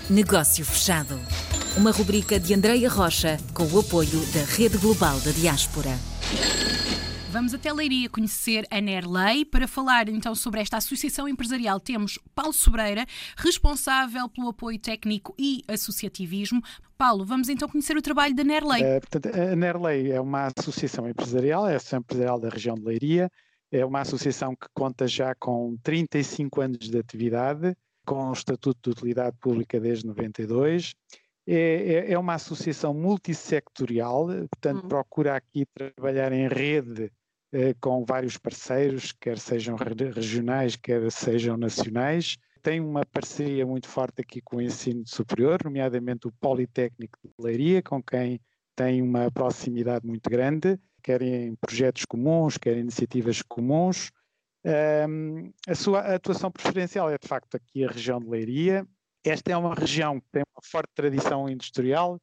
Negócio Fechado. Uma rubrica de Andreia Rocha com o apoio da Rede Global da Diaspora. Vamos até Leiria conhecer a Nerley. Para falar então sobre esta associação empresarial temos Paulo Sobreira, responsável pelo apoio técnico e associativismo. Paulo, vamos então conhecer o trabalho da Nerley. A Nerley é uma associação empresarial, é a Associação Empresarial da região de Leiria. É uma associação que conta já com 35 anos de atividade, com o Estatuto de Utilidade Pública desde 92. É uma associação multissectorial, portanto procura aqui trabalhar em rede com vários parceiros, quer sejam regionais, quer sejam nacionais. Tem uma parceria muito forte aqui com o ensino superior, nomeadamente o Politécnico de Leiria, com quem tem uma proximidade muito grande, quer em projetos comuns, quer em iniciativas comuns. A sua atuação preferencial é, de facto, aqui a região de Leiria. Esta é uma região que tem uma forte tradição industrial,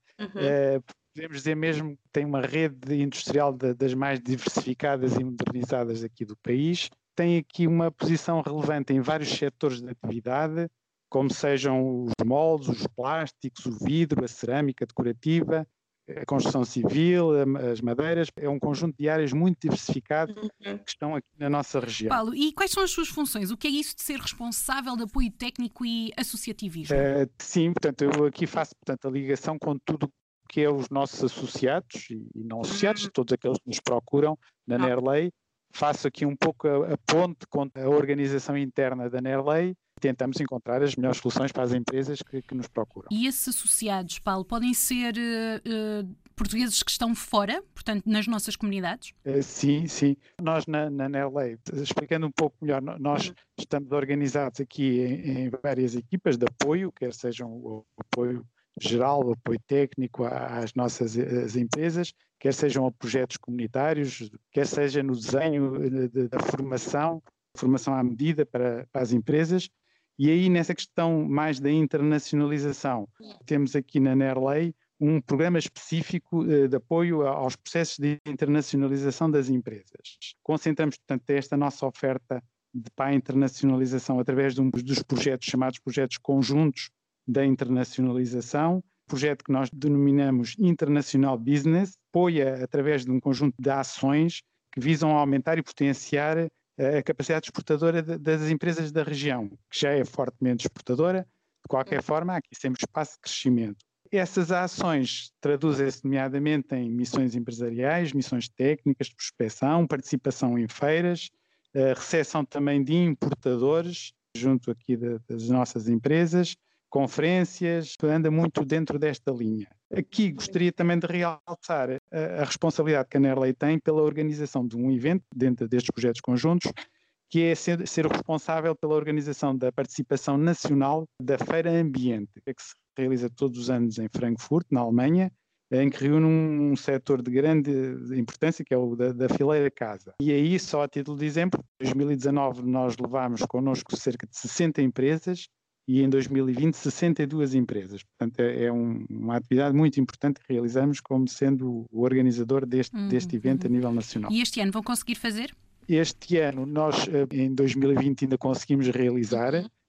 podemos dizer mesmo que tem uma rede industrial das mais diversificadas e modernizadas aqui do país. Tem aqui uma posição relevante em vários setores de atividade, como sejam os moldes, os plásticos, o vidro, a cerâmica decorativa, a construção civil, as madeiras. É um conjunto de áreas muito diversificado que estão aqui na nossa região. Paulo, e quais são as suas funções? O que é isso de ser responsável de apoio técnico e associativismo? Sim, portanto, eu aqui faço a ligação com tudo que é os nossos associados e não associados, todos aqueles que nos procuram na Nerley. Faço aqui um pouco a ponte com a organização interna da Nerley. Tentamos encontrar as melhores soluções para as empresas que nos procuram. E esses associados, Paulo, podem ser portugueses que estão fora, portanto, nas nossas comunidades? Sim. Nós na Nerley, explicando um pouco melhor, nós estamos organizados aqui em várias equipas de apoio, quer sejam o apoio geral, o apoio técnico às nossas empresas, quer sejam a projetos comunitários, quer seja no desenho da formação à medida para as empresas. E aí, nessa questão mais da internacionalização, temos aqui na Nerley um programa específico de apoio aos processos de internacionalização das empresas. Concentramos, portanto, esta nossa oferta para a internacionalização através de um dos projetos chamados projetos conjuntos da internacionalização, projeto que nós denominamos International Business, apoia através de um conjunto de ações que visam aumentar e potenciar a capacidade exportadora das empresas da região, que já é fortemente exportadora. De qualquer forma, há aqui sempre espaço de crescimento. Essas ações traduzem-se nomeadamente em missões empresariais, missões técnicas de prospecção, participação em feiras, recepção também de importadores junto aqui das nossas empresas, conferências, anda muito dentro desta linha. Aqui gostaria também de realçar a responsabilidade que a Nerley tem pela organização de um evento dentro destes projetos conjuntos, que é ser o responsável pela organização da participação nacional da Feira Ambiente, que se realiza todos os anos em Frankfurt, na Alemanha, em que reúne um setor de grande importância, que é o da fileira casa. E aí, só a título de exemplo, em 2019 nós levámos connosco cerca de 60 empresas, e em 2020 62 empresas. Portanto, é uma atividade muito importante que realizamos como sendo o organizador deste evento a nível nacional. E este ano vão conseguir fazer? Este ano nós, em 2020, ainda conseguimos realizar.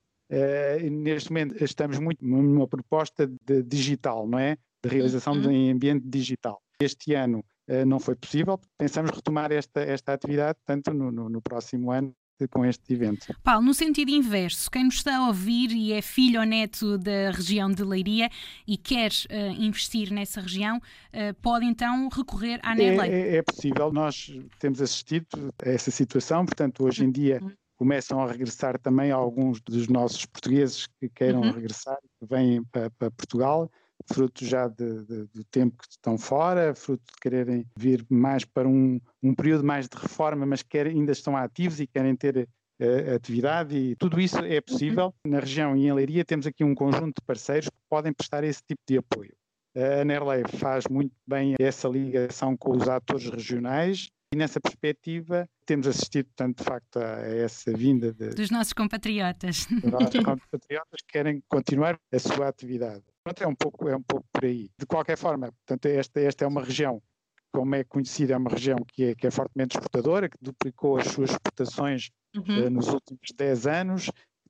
Neste momento estamos muito numa proposta de digital, não é? De realização em ambiente digital. Este ano não foi possível. Pensamos retomar esta atividade, tanto no próximo ano, com este evento. Paulo, no sentido inverso, quem nos está a ouvir e é filho ou neto da região de Leiria e quer investir nessa região, pode então recorrer à Nerley? É possível, nós temos assistido a essa situação, portanto hoje em dia começam a regressar também alguns dos nossos portugueses que queiram regressar, que vêm para Portugal, fruto já do tempo que estão fora, fruto de quererem vir mais para um período mais de reforma, mas que ainda estão ativos e querem ter atividade, e tudo isso é possível. Na região e em Leiria temos aqui um conjunto de parceiros que podem prestar esse tipo de apoio. A Nerley faz muito bem essa ligação com os atores regionais e nessa perspectiva temos assistido, portanto, de facto, a essa vinda dos nossos compatriotas. Dos nossos compatriotas que querem continuar a sua atividade. É um pouco por aí. De qualquer forma, portanto, esta é uma região, como é conhecida, é uma região que é fortemente exportadora, que duplicou as suas exportações nos últimos 10 anos,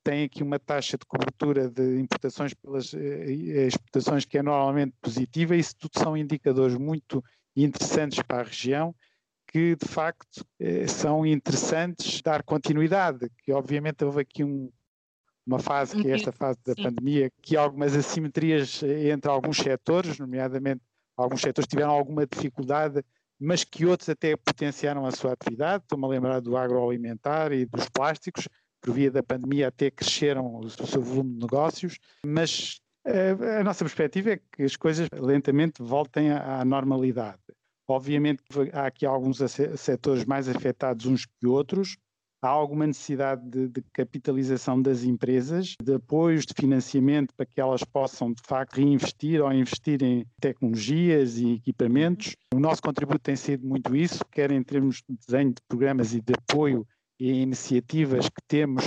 tem aqui uma taxa de cobertura de importações pelas exportações que é normalmente positiva. Isso tudo são indicadores muito interessantes para a região, que de facto são interessantes dar continuidade, que obviamente houve aqui uma fase, que é esta fase da pandemia, que há algumas assimetrias entre alguns setores, nomeadamente alguns setores tiveram alguma dificuldade, mas que outros até potenciaram a sua atividade. Estou-me a lembrar do agroalimentar e dos plásticos, por via da pandemia até cresceram o seu volume de negócios, mas a nossa perspectiva é que as coisas lentamente voltem à normalidade. Obviamente há aqui alguns setores mais afetados uns que outros, há alguma necessidade de capitalização das empresas, de apoios de financiamento para que elas possam, de facto, reinvestir ou investir em tecnologias e equipamentos. O nosso contributo tem sido muito isso, quer em termos de desenho de programas e de apoio e iniciativas que temos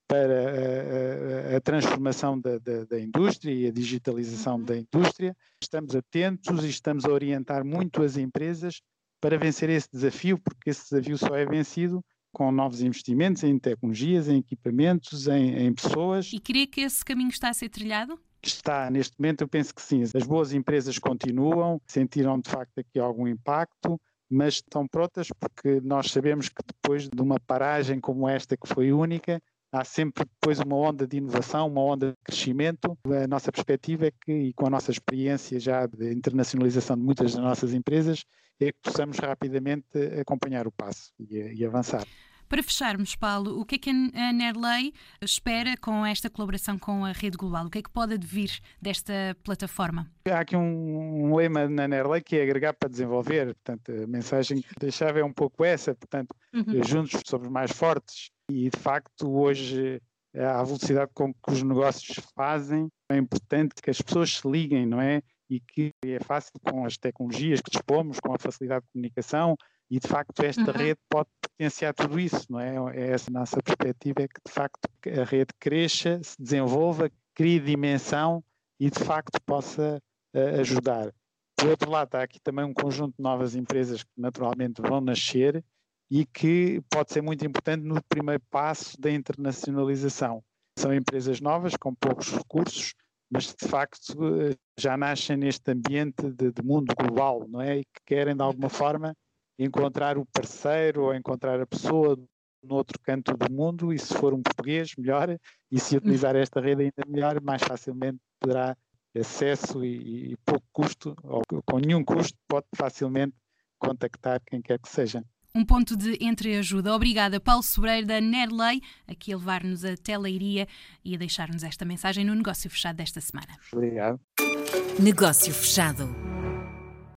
para a transformação da indústria e a digitalização da indústria. Estamos atentos e estamos a orientar muito as empresas para vencer esse desafio, porque esse desafio só é vencido com novos investimentos em tecnologias, em equipamentos, em pessoas. E crê que esse caminho está a ser trilhado? Está, neste momento eu penso que sim. As boas empresas continuam, sentiram de facto aqui algum impacto, mas estão prontas porque nós sabemos que depois de uma paragem como esta, que foi única, há sempre depois uma onda de inovação, uma onda de crescimento. A nossa perspectiva é que, e com a nossa experiência já de internacionalização de muitas das nossas empresas, é que possamos rapidamente acompanhar o passo e avançar. Para fecharmos, Paulo, o que é que a Nerley espera com esta colaboração com a Rede Global? O que é que pode advir desta plataforma? Há aqui um lema na Nerley que é agregar para desenvolver. Portanto, a mensagem que deixava é um pouco essa. Portanto, juntos somos mais fortes. E, de facto, hoje, à velocidade com que os negócios fazem, é importante que as pessoas se liguem, não é? E que é fácil com as tecnologias que dispomos, com a facilidade de comunicação, e de facto esta rede pode potenciar tudo isso, não é? É essa a nossa perspectiva, é que de facto a rede cresça, se desenvolva, crie dimensão e de facto possa ajudar. Por outro lado, há aqui também um conjunto de novas empresas que naturalmente vão nascer e que pode ser muito importante no primeiro passo da internacionalização. São empresas novas, com poucos recursos, mas de facto já nascem neste ambiente de mundo global, não é? E que querem de alguma forma encontrar o parceiro ou encontrar a pessoa no outro canto do mundo, e se for um português, melhor, e se utilizar esta rede ainda melhor, mais facilmente poderá acesso e pouco custo, ou com nenhum custo, pode facilmente contactar quem quer que seja. Um ponto de entreajuda. Obrigada, Paulo Sobreira, da Nerley, aqui a levar-nos até Leiria e a deixar-nos esta mensagem no Negócio Fechado desta semana. Obrigado. Negócio Fechado.